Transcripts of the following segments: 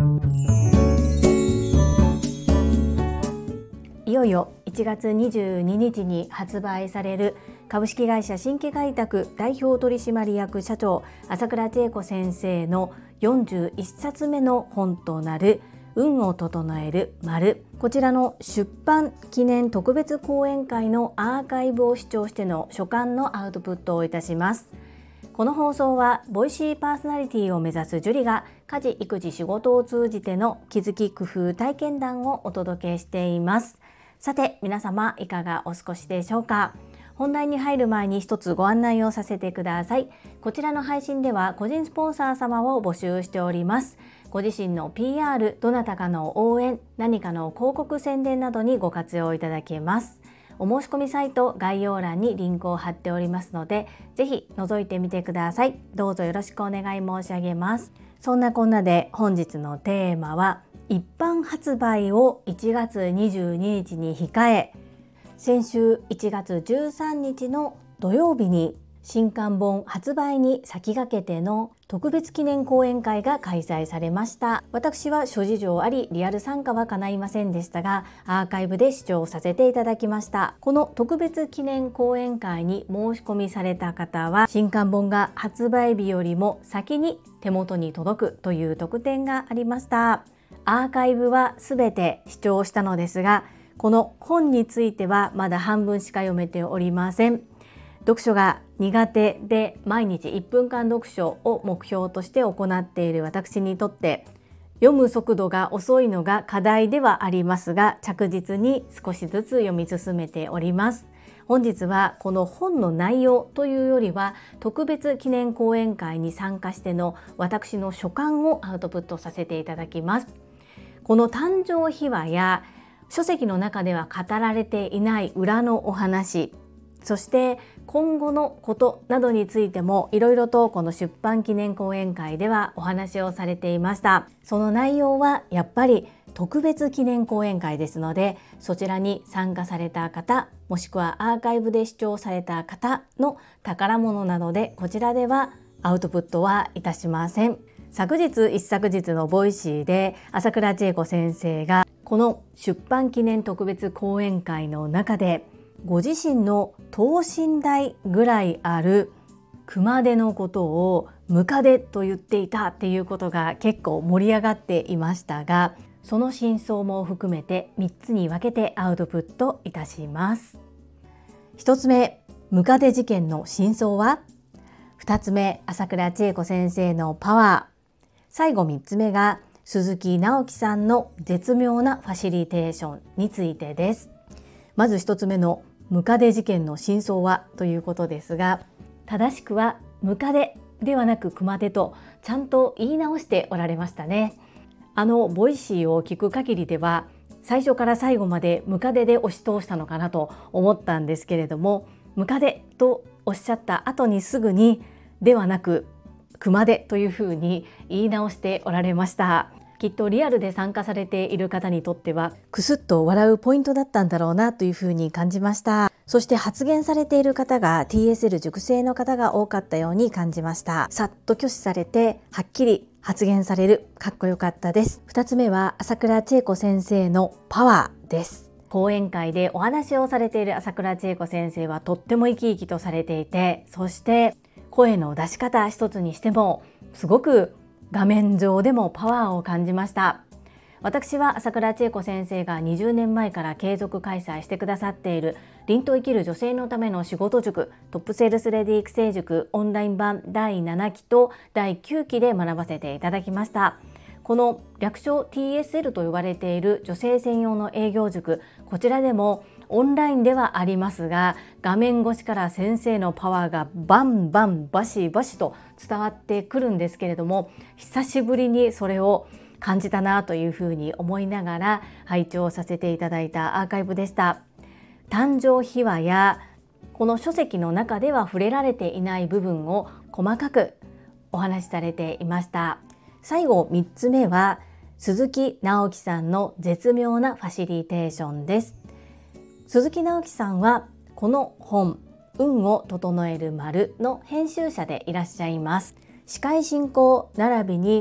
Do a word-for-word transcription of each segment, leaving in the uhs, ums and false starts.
いよいよいちがつにじゅうににちに発売される株式会社新規開拓代表取締役社長朝倉千恵子先生のよんじゅういっさつめの本となる運を整える丸、こちらの出版記念特別講演会のアーカイブを視聴しての所感のアウトプットをいたします。この放送はボイシーパーソナリティを目指すジュリが家事育児仕事を通じての気づき工夫体験談をお届けしています。さて皆様いかがお過ごしでしょうか。本題に入る前に一つご案内をさせてください。こちらの配信では個人スポンサー様を募集しております。ご自身の ピーアール、どなたかの応援、何かの広告宣伝などにご活用いただけます。お申し込みサイト概要欄にリンクを貼っておりますので、ぜひ覗いてみてください。どうぞよろしくお願い申し上げます。そんなこんなで本日のテーマは、一般発売をいちがつにじゅうににちに控え、先週いちがつじゅうさんにちの土曜日に新刊本発売に先駆けての特別記念講演会が開催されました。私は諸事情ありリアル参加は叶いませんでしたが、アーカイブで視聴させていただきました。この特別記念講演会に申し込みされた方は、新刊本が発売日よりも先に手元に届くという特典がありました。アーカイブはすべて視聴したのですが、この本についてはまだ半分しか読めておりません。読書が苦手で毎日いっぷんかん読書を目標として行っている私にとって、読む速度が遅いのが課題ではありますが、着実に少しずつ読み進めております。本日はこの本の内容というよりは、特別記念講演会に参加しての私の所感をアウトプットさせていただきます。この誕生秘話や書籍の中では語られていない裏のお話、そして今後のことなどについてもいろいろとこの出版記念講演会ではお話をされていました。その内容はやっぱり特別記念講演会ですので、そちらに参加された方、もしくはアーカイブで視聴された方の宝物なので、こちらではアウトプットはいたしません。昨日一昨日のボイシーで朝倉千恵子先生がこの出版記念特別講演会の中で、ご自身の等身大ぐらいある熊手のことをムカデと言っていたっていうことが結構盛り上がっていましたが、その真相も含めてみっつに分けてアウトプットいたします。ひとつめ、ムカデ事件の真相は？ふたつめ、朝倉千恵子先生のパワー。最後みっつめが鈴木直樹さんの絶妙なファシリテーションについてです。まずひとつめのムカデ事件の真相はということですが、正しくはムカデではなく熊手とちゃんと言い直しておられましたね。あのボイシーを聞く限りでは、最初から最後までムカデで押し通したのかなと思ったんですけれども、ムカデとおっしゃった後にすぐにではなく熊手というふうに言い直しておられました。きっとリアルで参加されている方にとってはクスッと笑うポイントだったんだろうなというふうに感じました。そして発言されている方が ティーエスエル 塾生の方が多かったように感じました。さっと挙手されてはっきり発言される、かっこよかったです。ふたつめは朝倉千恵子先生のパワーです。講演会でお話をされている朝倉千恵子先生はとっても生き生きとされていて、そして声の出し方一つにしてもすごく画面上でもパワーを感じました。私は朝倉千恵子先生がにじゅうねんまえから継続開催してくださっている凛と生きる女性のための仕事塾、トップセールスレディ育成塾オンライン版だいななきとだいきゅうきで学ばせていただきました。この略称 ティーエスエル と呼ばれている女性専用の営業塾、こちらでもオンラインではありますが、画面越しから先生のパワーがバンバンバシバシと伝わってくるんですけれども、久しぶりにそれを感じたなというふうに思いながら拝聴させていただいたアーカイブでした。誕生秘話やこの書籍の中では触れられていない部分を細かくお話しされていました。最後みっつめは鈴木直樹さんの絶妙なファシリテーションです。鈴木直樹さんはこの本運を整える丸の編集者でいらっしゃいます。司会進行並びに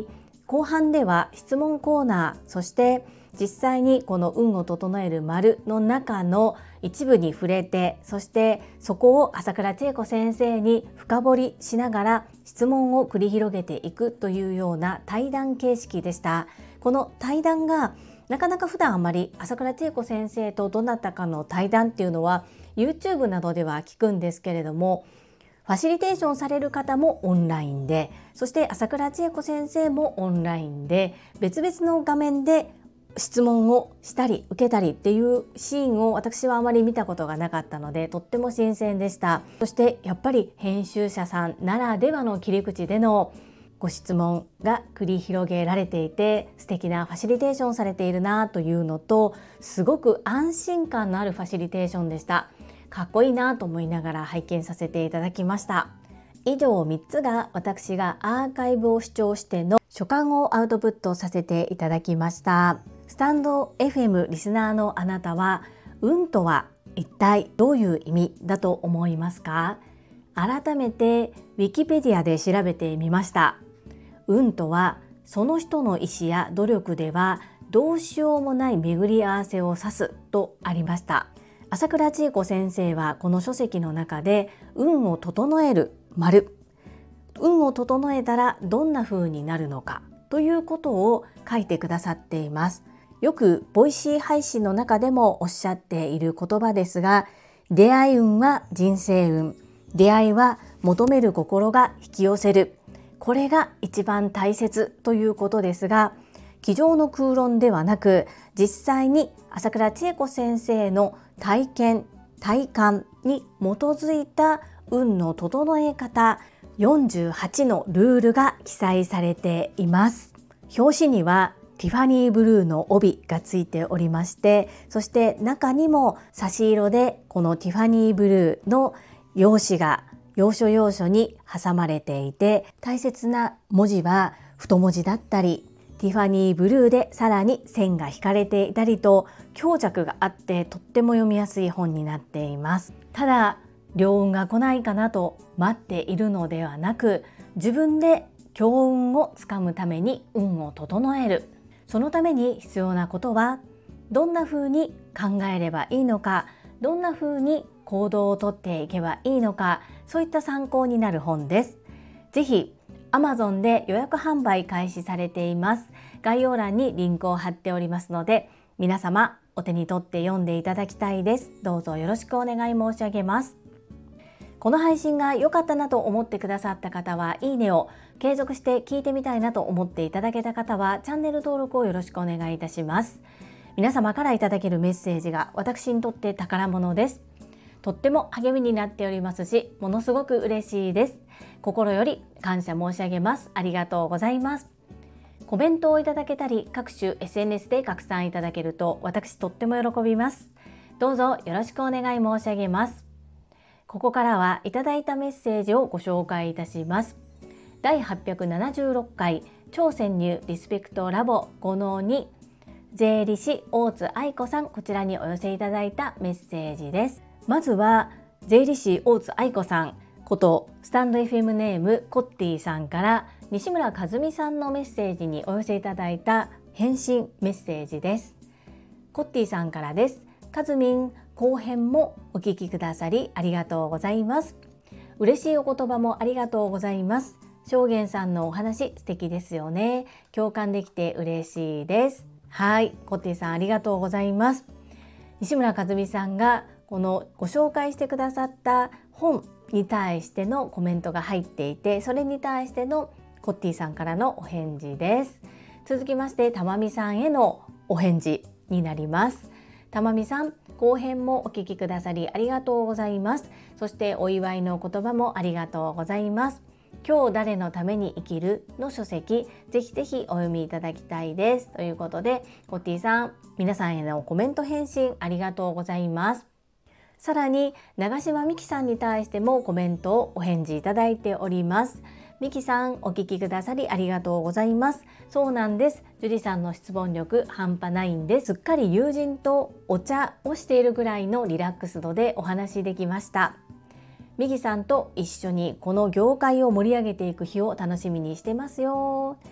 後半では質問コーナー、そして実際にこの運を整える丸の中の一部に触れて、そしてそこを朝倉千恵子先生に深掘りしながら質問を繰り広げていくというような対談形式でした。この対談がなかなか普段あまり朝倉千恵子先生とどなたかの対談っていうのは YouTube などでは聞くんですけれども、ファシリテーションされる方もオンラインで、そして朝倉千恵子先生もオンラインで、別々の画面で質問をしたり受けたりっていうシーンを私はあまり見たことがなかったので、とっても新鮮でした。そしてやっぱり編集者さんならではの切り口でのご質問が繰り広げられていて、素敵なファシリテーションされているなというのと、すごく安心感のあるファシリテーションでした。かっこいいなと思いながら拝見させていただきました。以上みっつが私がアーカイブを視聴しての所感をアウトプットさせていただきました。スタンド エフエム リスナーのあなたは、運とは一体どういう意味だと思いますか？改めてウィキペディアで調べてみました。運とはその人の意思や努力ではどうしようもない巡り合わせを指すとありました。朝倉千恵子先生はこの書籍の中で運を整える丸、運を整えたらどんな風になるのかということを書いてくださっています。よくボイシー配信の中でもおっしゃっている言葉ですが、出会い運は人生運、出会いは求める心が引き寄せる、これが一番大切ということですが、机上の空論ではなく、実際に朝倉千恵子先生の体験、体感に基づいた運の整え方よんじゅうはちのルールが記載されています。表紙にはティファニーブルーの帯がついておりまして、そして中にも差し色でこのティファニーブルーの用紙が要所要所に挟まれていて、大切な文字は太文字だったり、ティファニーブルーでさらに線が引かれていたりと強弱があって、とっても読みやすい本になっています。ただ良運が来ないかなと待っているのではなく、自分で強運をつかむために運を整える、そのために必要なことはどんな風に考えればいいのか、どんな風に行動をとっていけばいいのか、そういった参考になる本です。ぜひAmazon で予約販売開始されています。概要欄にリンクを貼っておりますので、皆様お手に取って読んでいただきたいです。どうぞよろしくお願い申し上げます。この配信が良かったなと思ってくださった方はいいねを、継続して聞いてみたいなと思っていただけた方はチャンネル登録をよろしくお願いいたします。皆様からいただけるメッセージが私にとって宝物です。とっても励みになっておりますし、ものすごく嬉しいです。心より感謝申し上げます。ありがとうございます。コメントをいただけたり、各種 エスエヌエス で拡散いただけると私とっても喜びます。どうぞよろしくお願い申し上げます。ここからはいただいたメッセージをご紹介いたします。だいはっぴゃくななじゅうろっかい超潜入リスペクトラボ ごのに 税理士大津愛子さん、こちらにお寄せいただいたメッセージです。まずは税理士大津愛子さんことスタンド エフエム ネームコッティさんから西村和美さんのメッセージにお寄せいただいた返信メッセージです。コッティさんからです。かずみん後編もお聞きくださりありがとうございます。嬉しいお言葉もありがとうございます。正元さんのお話素敵ですよね。共感できて嬉しいです。はい、コッティさんありがとうございます。西村和美さんがこのご紹介してくださった本に対してのコメントが入っていて、それに対してのコッティさんからのお返事です。続きましてたまみさんへのお返事になります。たまみさん、後編もお聞きくださりありがとうございます。そしてお祝いの言葉もありがとうございます。今日誰のために生きるの書籍、ぜひぜひお読みいただきたいです。ということで、コッティさん、皆さんへのコメント返信ありがとうございます。さらに長島美希さんに対してもコメントをお返事いただいております。美希さん、お聞きくださりありがとうございます。そうなんです。樹里さんの質問力半端ないんです。すっかり友人とお茶をしているぐらいのリラックス度でお話できました。美希さんと一緒にこの業界を盛り上げていく日を楽しみにしてますよ。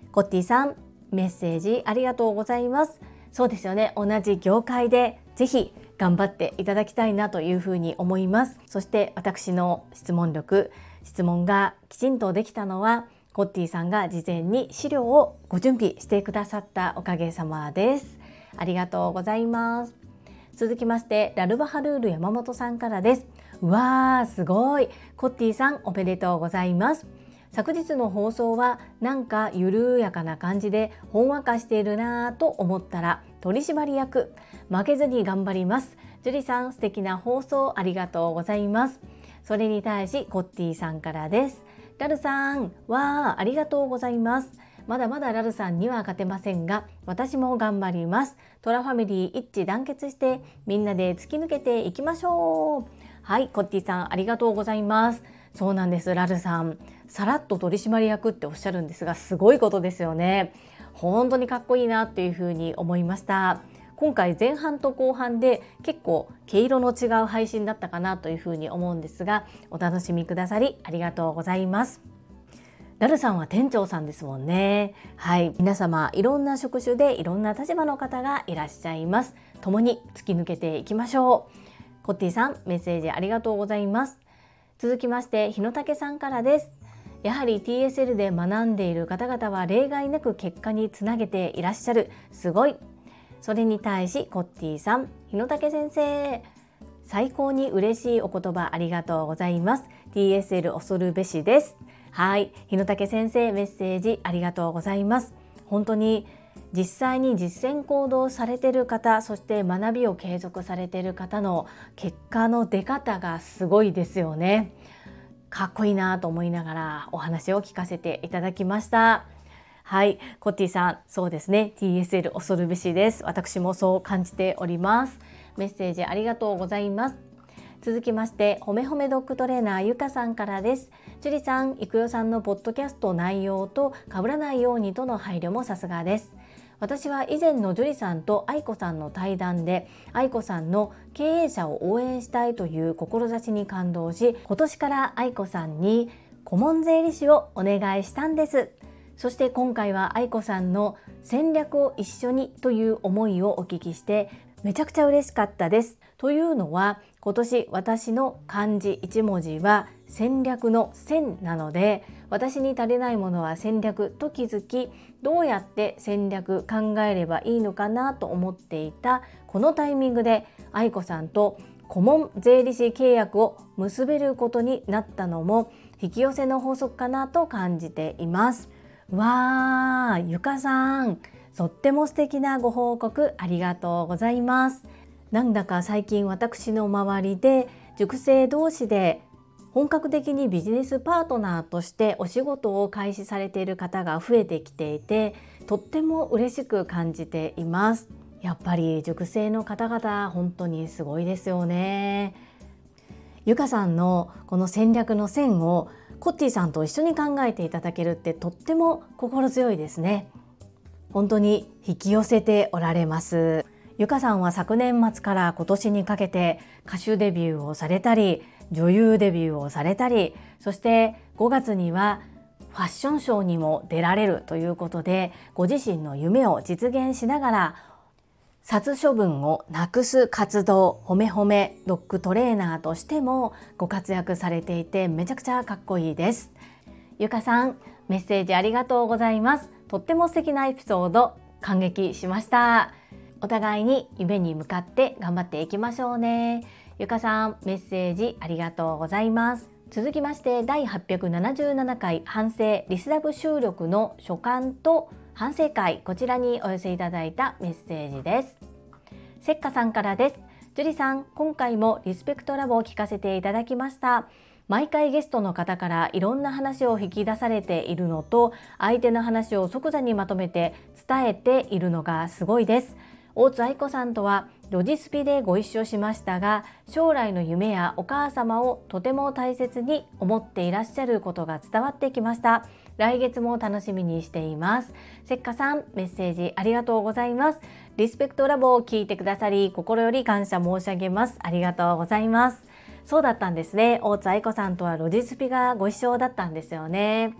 コッティさん、メッセージありがとうございます。そうですよね、同じ業界でぜひ頑張っていただきたいなというふうに思います。そして私の質問力、質問がきちんとできたのはコッティさんが事前に資料をご準備してくださったおかげさまです。ありがとうございます。続きましてラルバハルール山本さんからです。うわーすごい、コッティさんおめでとうございます。昨日の放送はなんか緩やかな感じでほんわかしているなぁと思ったら取締役、負けずに頑張ります。ジュリさん素敵な放送ありがとうございます。それに対しコッティさんからです。ラルさん、わーありがとうございます。まだまだラルさんには勝てませんが私も頑張ります。トラファミリー一致団結してみんなで突き抜けていきましょう。はい、コッティさんありがとうございます。そうなんです、ラルさんさらっと取締役っておっしゃるんですが、すごいことですよね。本当にかっこいいなっていうふうに思いました。今回前半と後半で結構毛色の違う配信だったかなというふうに思うんですが、お楽しみくださりありがとうございます。ラルさんは店長さんですもんね。はい、皆様いろんな職種でいろんな立場の方がいらっしゃいます。共に突き抜けていきましょう。コッティさんメッセージありがとうございます。続きまして日野武さんからです。やはり ティーエスエル で学んでいる方々は例外なく結果につなげていらっしゃる。すごい。それに対しコッティさん、日野武先生、最高に嬉しいお言葉ありがとうございます。 ティーエスエル 恐るべしです。はい、日野武先生メッセージありがとうございます。本当に実際に実践行動されている方、そして学びを継続されている方の結果の出方がすごいですよね。かっこいいなと思いながらお話を聞かせていただきました。はい、コッティさん、そうですね、 ティーエスエル 恐るべしです。私もそう感じております。メッセージありがとうございます。続きましてほめほめドッグトレーナーゆかさんからです。ジュリさん、いくよさんのポッドキャスト内容と被らないようにとの配慮もさすがです。私は以前のジュリさんと愛子さんの対談で愛子さんの経営者を応援したいという志に感動し、今年から愛子さんに顧問税理士をお願いしたんです。そして今回は愛子さんの戦略を一緒にという思いをお聞きしてめちゃくちゃ嬉しかったです。というのは今年私の漢字一文字は戦略の戦なので、私に足りないものは戦略と気づき、どうやって戦略考えればいいのかなと思っていたこのタイミングで愛子さんと顧問税理士契約を結べることになったのも引き寄せの法則かなと感じています。わー、ゆかさん、とっても素敵なご報告ありがとうございます。なんだか最近私の周りで塾生同士で本格的にビジネスパートナーとしてお仕事を開始されている方が増えてきていて、とっても嬉しく感じています。やっぱり塾生の方々本当にすごいですよね。ゆかさんのこの戦略の線をコッティさんと一緒に考えていただけるってとっても心強いですね。本当に引き寄せておられます。ゆかさんは昨年末から今年にかけて歌手デビューをされたり、女優デビューをされたり、そしてごがつにはファッションショーにも出られるということで、ご自身の夢を実現しながら殺処分をなくす活動、ほめほめドッグトレーナーとしてもご活躍されていて、めちゃくちゃかっこいいです。ゆかさん、メッセージありがとうございます。とっても素敵なエピソード感激しました。お互いに夢に向かって頑張っていきましょうね。ゆかさん、メッセージありがとうございます。続きましてだいはっぴゃくななじゅうななかい反省リスラブ収録の所感と反省会、こちらにお寄せいただいたメッセージです。せっかさんからです。ジュリさん、今回もリスペクトラボを聞かせていただきました。毎回ゲストの方からいろんな話を引き出されているのと、相手の話を即座にまとめて伝えているのがすごいです。大津愛子さんとはロジスピでご一緒しましたが、将来の夢やお母様をとても大切に思っていらっしゃることが伝わってきました。来月も楽しみにしています。せっかさん、メッセージありがとうございます。リスペクトラボを聞いてくださり心より感謝申し上げます。ありがとうございます。そうだったんですね。大津愛子さんとはロジスピがご一緒だったんですよね。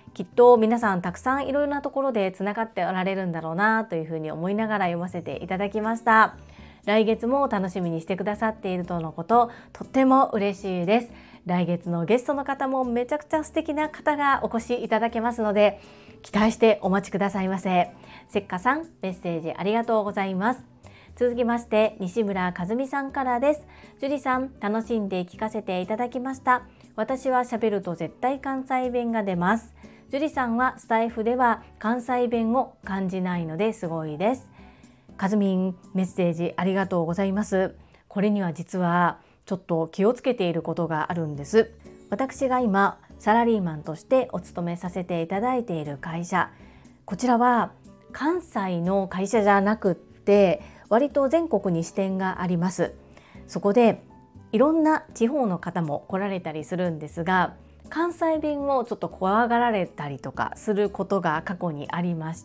きっと皆さんたくさんいろいろなところでつながっておられるんだろうなというふうに思いながら読ませていただきました。来月も楽しみにしてくださっているとのこと、とっても嬉しいです。来月のゲストの方もめちゃくちゃ素敵な方がお越しいただけますので、期待してお待ちくださいませ。せっかさん、メッセージありがとうございます。続きまして西村和美さんからです。ジュリさん、楽しんで聞かせていただきました。私は喋ると絶対関西弁が出ます。ジュリさんはスタイフでは関西弁を感じないのですごいです。かずみん、メッセージありがとうございます。これには実はちょっと気をつけていることがあるんです。私が今サラリーマンとしてお勤めさせていただいている会社、こちらは関西の会社じゃなくって割と全国に支店があります。そこでいろんな地方の方も来られたりするんですが、関西弁をちょっと怖がられたりとかすることが過去にありまして、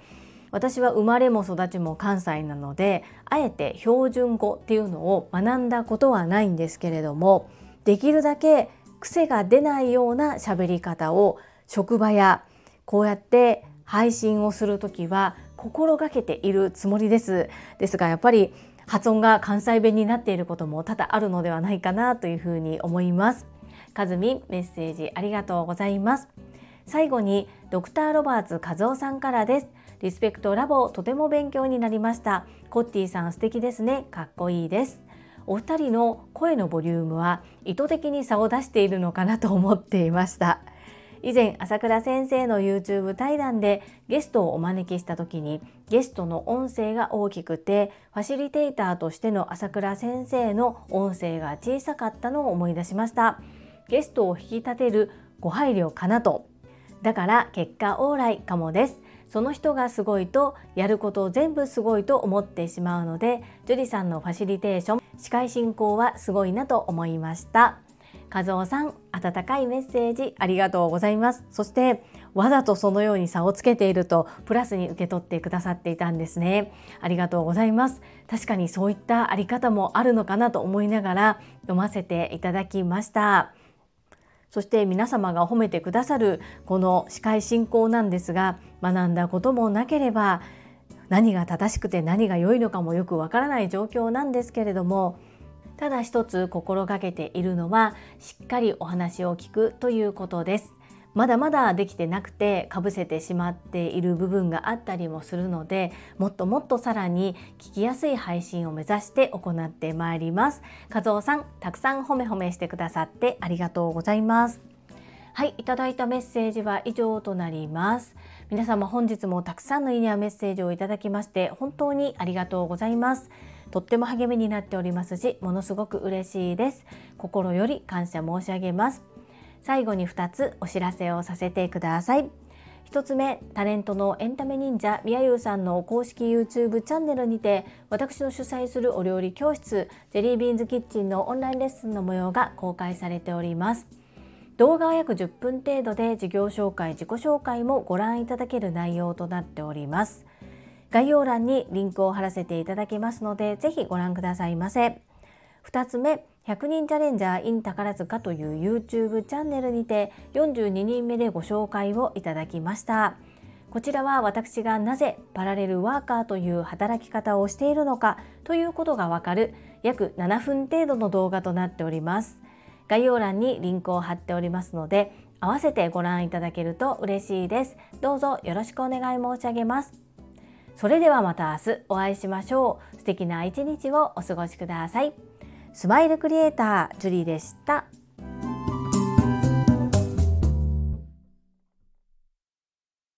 私は生まれも育ちも関西なので、あえて標準語っていうのを学んだことはないんですけれども、できるだけ癖が出ないような喋り方を職場やこうやって配信をするときは心がけているつもりです。ですがやっぱり発音が関西弁になっていることも多々あるのではないかなというふうに思います。かずみん、メッセージありがとうございます。最後にドクターロバーツ和夫さんからです。リスペクトラボ、とても勉強になりました。コッティさん素敵ですね。かっこいいです。お二人の声のボリュームは意図的に差を出しているのかなと思っていました。以前朝倉先生の YouTube 対談でゲストをお招きした時に、ゲストの音声が大きくてファシリテーターとしての朝倉先生の音声が小さかったのを思い出しました。ゲストを引き立てるご配慮かなと。だから結果オーライかもです。その人がすごいとやることを全部すごいと思ってしまうので、ジュリさんのファシリテーション、司会進行はすごいなと思いました。和夫さん、温かいメッセージありがとうございます。そしてわざとそのように差をつけているとプラスに受け取ってくださっていたんですね。ありがとうございます。確かにそういったあり方もあるのかなと思いながら読ませていただきました。そして皆様が褒めてくださるこの司会進行なんですが、学んだこともなければ何が正しくて何が良いのかもよくわからない状況なんですけれども、ただ一つ心がけているのはしっかりお話を聞くということです。まだまだできてなくてかぶせてしまっている部分があったりもするので、もっともっとさらに聞きやすい配信を目指して行ってまいります。和夫さん、たくさん褒め褒めしてくださってありがとうございます。はい、いただいたメッセージは以上となります。皆様本日もたくさんのいいねやメッセージをいただきまして本当にありがとうございます。とっても励みになっておりますし、ものすごく嬉しいです。心より感謝申し上げます。最後にふたつお知らせをさせてください。ひとつめ、タレントのエンタメ忍者みやゆうさんの公式 YouTube チャンネルにて、私の主催するお料理教室ジェリービーンズキッチンのオンラインレッスンの模様が公開されております。動画は約じゅっぷん程度で事業紹介、自己紹介もご覧いただける内容となっております。概要欄にリンクを貼らせていただきますので、ぜひご覧くださいませ。ふたつめ、ひゃくにんチャレンジャー in 宝塚という YouTube チャンネルにてよんじゅうににんめでご紹介をいただきました。こちらは私がなぜパラレルワーカーという働き方をしているのかということがわかる約ななふん程度の動画となっております。概要欄にリンクを貼っておりますので、合わせてご覧いただけると嬉しいです。どうぞよろしくお願い申し上げます。それではまた明日お会いしましょう。素敵な一日をお過ごしください。スマイルクリエイタージュリーでした。